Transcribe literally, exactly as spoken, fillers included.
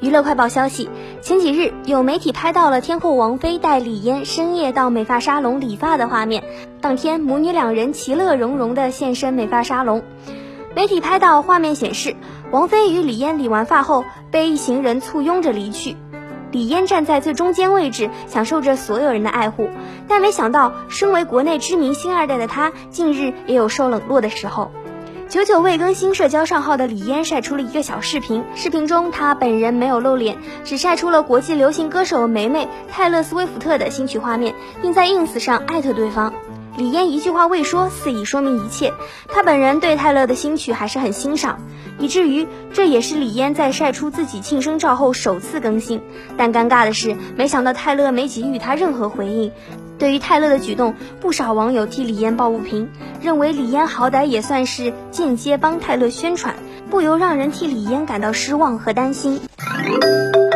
娱乐快报消息，前几日有媒体拍到了天后王菲带李嫣深夜到美发沙龙理发的画面。当天母女两人其乐融融地现身美发沙龙。媒体拍到画面显示，王菲与李嫣理完发后被一行人簇拥着离去，李嫣站在最中间位置，享受着所有人的爱护。但没想到，身为国内知名星二代的她，近日也有受冷落的时候。久久未更新社交账号的李嫣晒出了一个小视频，视频中她本人没有露脸，只晒出了国际流行歌手梅梅泰勒斯威夫特的新曲画面，并在 ins 上艾特对方。李嫣一句话未说，似已说明一切。她本人对泰勒的新曲还是很欣赏，以至于这也是李嫣在晒出自己庆生照后首次更新。但尴尬的是，没想到泰勒没给予她任何回应。对于泰勒的举动，不少网友替李嫣抱不平，认为李嫣好歹也算是间接帮泰勒宣传，不由让人替李嫣感到失望和担心。